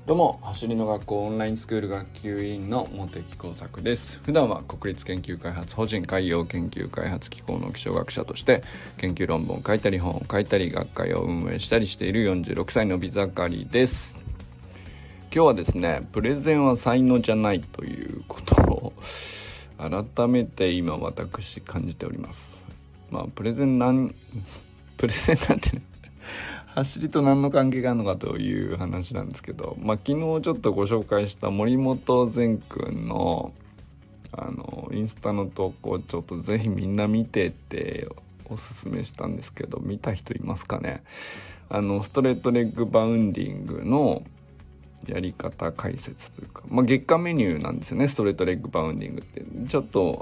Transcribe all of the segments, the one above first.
どうも、走りの学校オンラインスクール学級委員の茂木耕作です。普段は国立研究開発法人海洋研究開発機構の気象学者として研究論文を書いたり本を書いたり学会を運営したりしている46歳のび盛りです。今日はですね、プレゼンは才能じゃないということを改めて今私感じております。プレゼンなんてね走りと何の関係があるのかという話なんですけど、昨日ちょっとご紹介した森本善くんのインスタの投稿、ちょっとぜひみんな見てっておすすめしたんですけど、見た人いますかね。ストレートレッグバウンディングのやり方解説というか、月間メニューなんですよね。ストレートレッグバウンディングってちょっと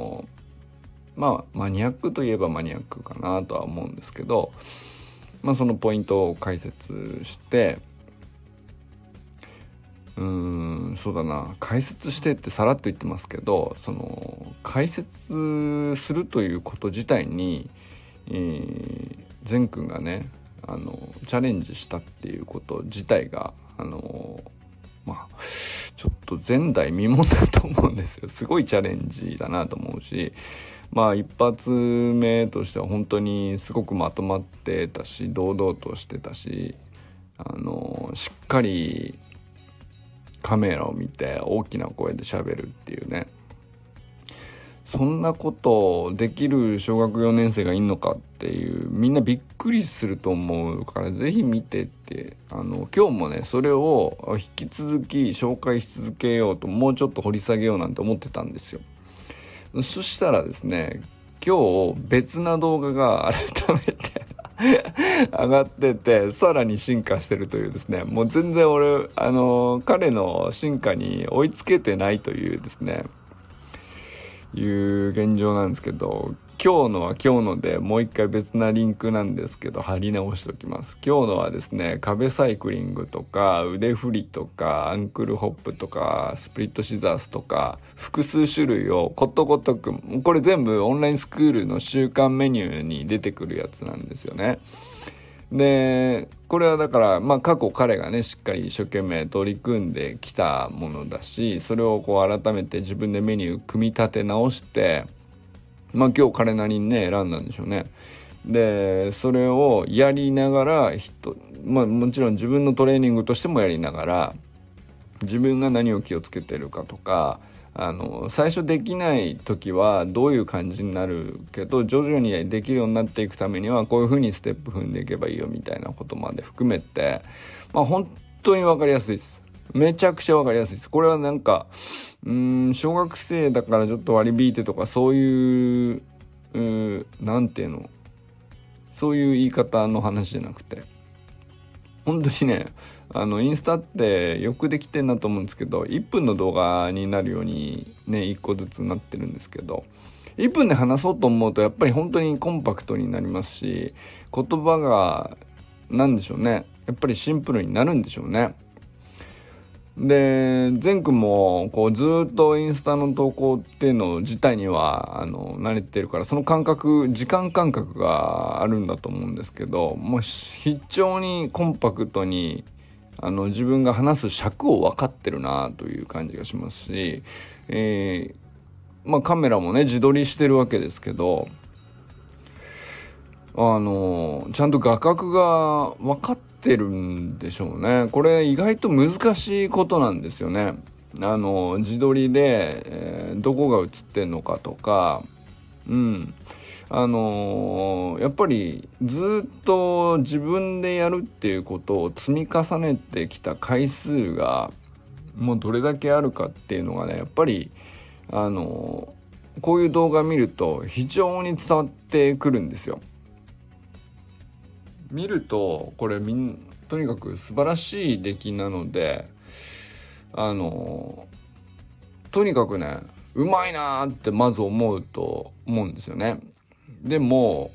マニアックといえばマニアックかなとは思うんですけど、そのポイントを解説して、解説してってさらっと言ってますけど、その解説するということ自体に、善くんがねチャレンジしたっていうこと自体がちょっと前代未聞だと思うんですよ。すごいチャレンジだなと思うし、一発目としては本当にすごくまとまってたし、堂々としてたし、しっかりカメラを見て大きな声で喋るっていうね、そんなことできる小学4年生がいるのかっていう、みんなびっくりすると思うからぜひ見てって、今日もねそれを引き続き紹介し続けようと、もうちょっと掘り下げようなんて思ってたんですよ。そしたらですね、今日別な動画が改めて上がってて、さらに進化してるというですね、もう全然俺彼の進化に追いつけてないというですね、いう現状なんですけど、今日のは今日のでもう一回別なリンクなんですけど貼り直しておきます。今日のはですね、壁サイクリングとか腕振りとかアンクルホップとかスプリットシザースとか複数種類をことごとく、これ全部オンラインスクールの週間メニューに出てくるやつなんですよね。でこれはだから過去彼がねしっかり一生懸命取り組んできたものだし、それをこう改めて自分でメニュー組み立て直して、今日彼なりにね選んだんでしょうね。でそれをやりながらもちろん自分のトレーニングとしてもやりながら、自分が何を気をつけてるかとか、最初できない時はどういう感じになるけど徐々にできるようになっていくためにはこういう風にステップ踏んでいけばいいよみたいなことまで含めて、本当に分かりやすいです。めちゃくちゃ分かりやすいです。これはなんか小学生だからちょっと割り引いてとかそういうなんていうの、そういう言い方の話じゃなくて、本当にねインスタってよくできてんなと思うんですけど、1分の動画になるようにね1個ずつなってるんですけど、1分で話そうと思うとやっぱり本当にコンパクトになりますし、言葉がなんでしょうね、やっぱりシンプルになるんでしょうね。で善くんもこうずっとインスタの投稿っていうの自体には慣れてるから、その感覚、時間感覚があるんだと思うんですけど、もう非常にコンパクトに自分が話す尺を分かってるなという感じがしますし、カメラもね自撮りしてるわけですけど、ちゃんと画角が分かってるんでしょうね。これ意外と難しいことなんですよね。自撮りで、どこが映ってんのかとか、やっぱりずっと自分でやるっていうことを積み重ねてきた回数がもうどれだけあるかっていうのがね、やっぱりこういう動画見ると非常に伝わってくるんですよ。見るとこれとにかく素晴らしい出来なので、とにかくねうまいなってまず思うんですよね。でも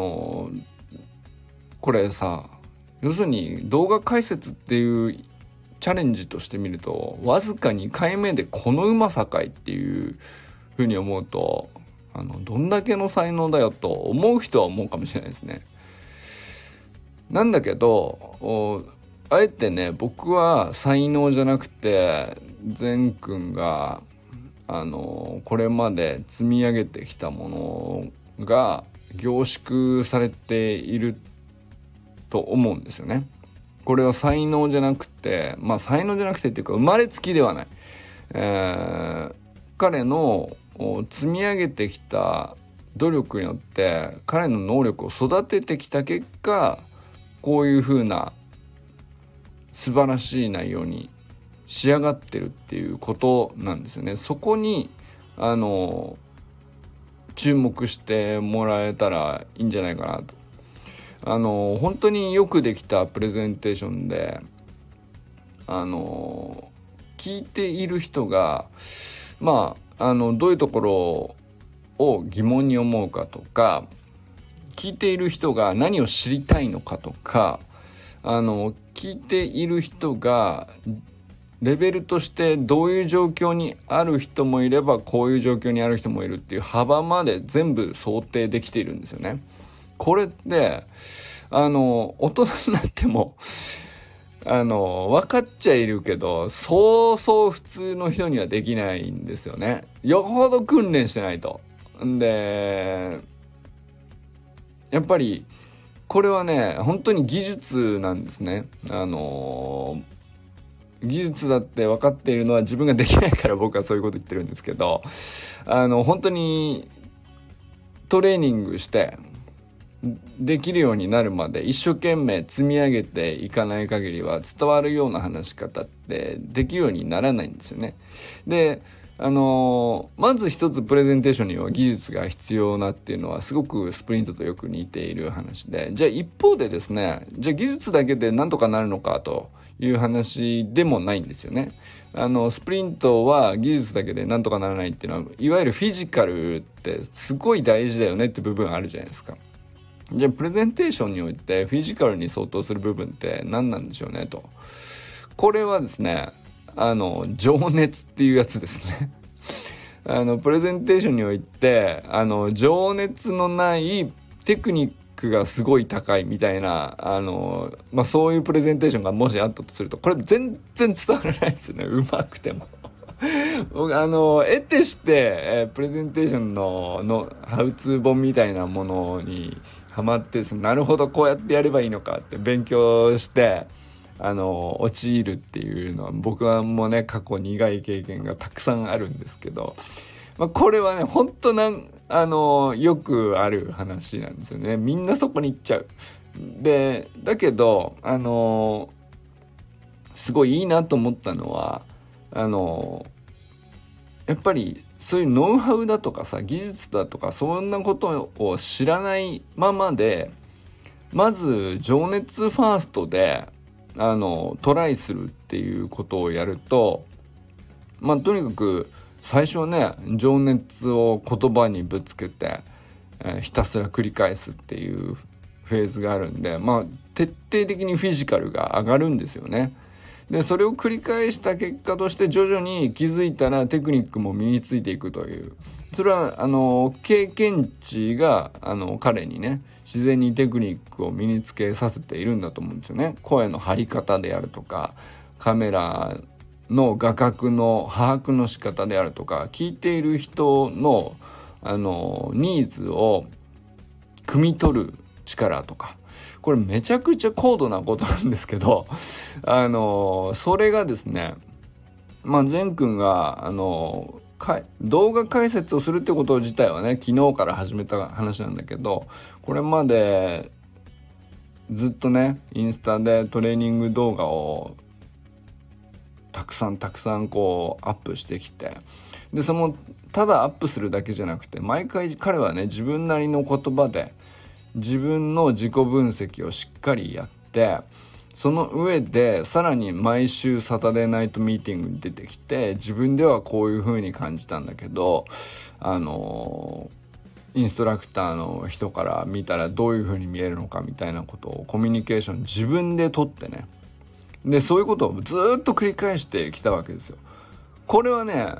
これさ、要するに動画解説っていうチャレンジとして見ると、わずか2回目でこのうまさかいっていうふうに思うと、どんだけの才能だよと思う人は思うかもしれないですね。なんだけどあえてね、僕は才能じゃなくて善くんがこれまで積み上げてきたものが凝縮されていると思うんですよね。これは才能じゃなくて、才能じゃなくてっていうか生まれつきではない、彼の積み上げてきた努力によって彼の能力を育ててきた結果、こういう風な素晴らしい内容に仕上がってるっていうことなんですよね。そこに注目してもらえたらいいんじゃないかなと。本当によくできたプレゼンテーションで聞いている人がどういうところを疑問に思うかとか、聞いている人が何を知りたいのかとか、聞いている人がレベルとしてどういう状況にある人もいればこういう状況にある人もいるっていう幅まで全部想定できているんですよね。これって大人になっても分かっちゃいるけど、そうそう普通の人にはできないんですよね。よほど訓練してないと。でやっぱりこれはね、本当に技術なんですね。技術だって分かっているのは自分ができないから僕はそういうこと言ってるんですけど、本当にトレーニングしてできるようになるまで一生懸命積み上げていかない限りは伝わるような話し方ってできるようにならないんですよね。でまず一つプレゼンテーションには技術が必要なっていうのはすごくスプリントとよく似ている話で、じゃあ一方でですね、じゃあ技術だけでなんとかなるのかという話でもないんですよね。スプリントは技術だけでなんとかならないっていうのは、いわゆるフィジカルってすごい大事だよねって部分あるじゃないですか。じゃあプレゼンテーションにおいてフィジカルに相当する部分って何なんでしょうねと。これはですね、情熱っていうやつですね。プレゼンテーションにおいて情熱のないテクニックがすごい高いみたいなそういうプレゼンテーションがもしあったとすると、これ全然伝わらないですよね、うまくても。僕得てして、プレゼンテーションのハウツー本みたいなものにハマってですね、なるほどこうやってやればいいのかって勉強して陥るっていうのは僕はもうね、過去苦い経験がたくさんあるんですけど、これはね本当よくある話なんですよね。みんなそこに行っちゃう。でだけどすごいいいなと思ったのはやっぱりそういうノウハウだとかさ、技術だとかそんなことを知らないままで、まず情熱ファーストでトライするっていうことをやると、とにかく最初はね、情熱を言葉にぶつけて、ひたすら繰り返すっていうフェーズがあるんで、徹底的にフィジカルが上がるんですよね。でそれを繰り返した結果として徐々に気づいたらテクニックも身についていくという、それは経験値が彼にね自然にテクニックを身につけさせているんだと思うんですよね。声の張り方であるとか、カメラの画角の把握の仕方であるとか、聞いている人のニーズを汲み取る力とか、これめちゃくちゃ高度なことなんですけどそれがですね、善くんが動画解説をするってこと自体はね、昨日から始めた話なんだけど、これまでずっとねインスタでトレーニング動画をたくさんこうアップしてきて、でただアップするだけじゃなくて、毎回彼はね自分なりの言葉で自分の自己分析をしっかりやって、その上でさらに毎週サタデーナイトミーティングに出てきて、自分ではこういう風に感じたんだけどインストラクターの人から見たらどういう風に見えるのかみたいなことをコミュニケーション自分で取ってね、でそういうことをずっと繰り返してきたわけですよ。これはね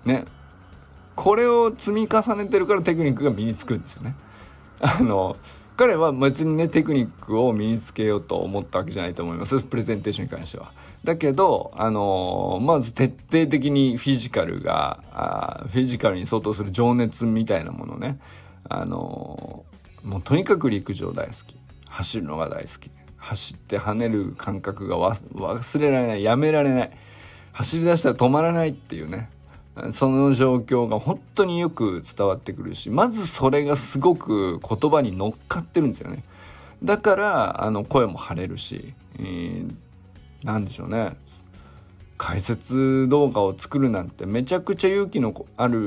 これを積み重ねてるからテクニックが身につくんですよね。 彼は別にねテクニックを身につけようと思ったわけじゃないと思います、プレゼンテーションに関しては。だけどまず徹底的にフィジカルに相当する情熱みたいなものね、もうとにかく陸上大好き、走るのが大好き、走って跳ねる感覚が忘れられない、やめられない、走り出したら止まらないっていうね、その状況が本当によく伝わってくるし、まずそれがすごく言葉に乗っかってるんですよね。だから声も張れるし、なんでしょうね、解説動画を作るなんてめちゃくちゃ勇気の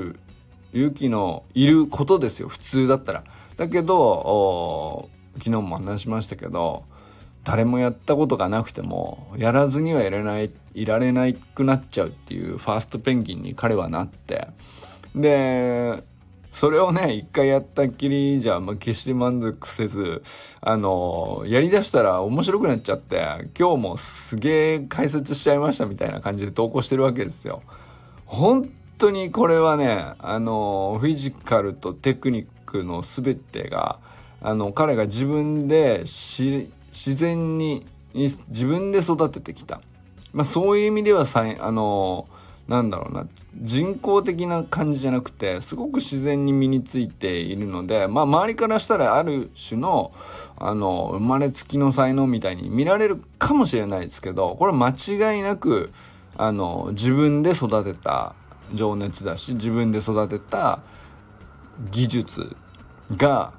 いることですよ、普通だったら。だけど昨日も話しましたけど、誰もやったことがなくてもやらずにはいられなくなっちゃうっていうファーストペンギンに彼はなって、でそれをね一回やったっきりじゃ決して満足せずやりだしたら面白くなっちゃって、今日もすげえ解説しちゃいましたみたいな感じで投稿してるわけですよ。本当にこれはねフィジカルとテクニックの全てが彼が自分で自然に自分で育ててきた、そういう意味ではなんだろうな、人工的な感じじゃなくてすごく自然に身についているので、周りからしたらある種の生まれつきの才能みたいに見られるかもしれないですけど、これ間違いなく自分で育てた情熱だし、自分で育てた技術が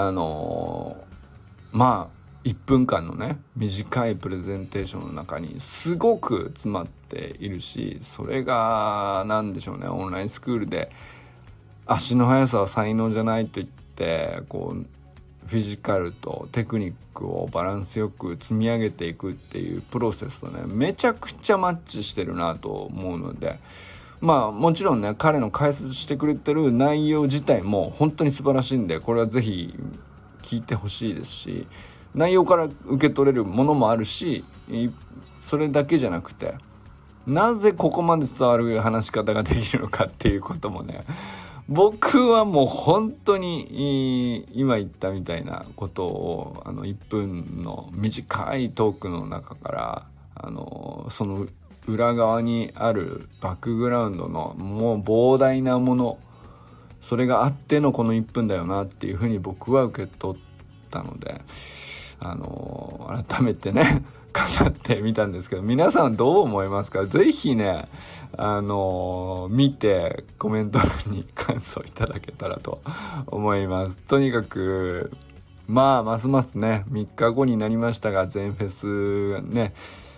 1分間のね短いプレゼンテーションの中にすごく詰まっているし、それがなんでしょうね、オンラインスクールで足の速さは才能じゃないと言ってこうフィジカルとテクニックをバランスよく積み上げていくっていうプロセスとねめちゃくちゃマッチしてるなと思うので、もちろんね彼の解説してくれてる内容自体も本当に素晴らしいんで、これはぜひ聞いてほしいですし、内容から受け取れるものもあるし、それだけじゃなくてなぜここまで伝わる話し方ができるのかっていうこともね、僕はもう本当に今言ったみたいなことを1分の短いトークの中からその裏側にあるバックグラウンドのもう膨大なもの、それがあってのこの1分だよなっていうふうに僕は受け取ったので改めてね語ってみたんですけど、皆さんどう思いますか？ぜひね見てコメント欄に感想いただけたらと思います。とにかくますますね3日後になりましたが全フェスね、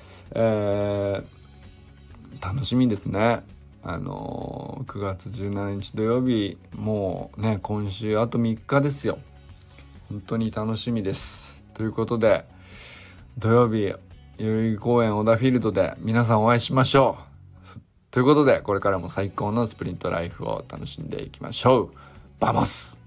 楽しみですね。9月17日土曜日、もうね今週あと3日ですよ。本当に楽しみです。ということで土曜日代々木公園小田フィールドで皆さんお会いしましょう。ということでこれからも最高のスプリントライフを楽しんでいきましょう。バモス。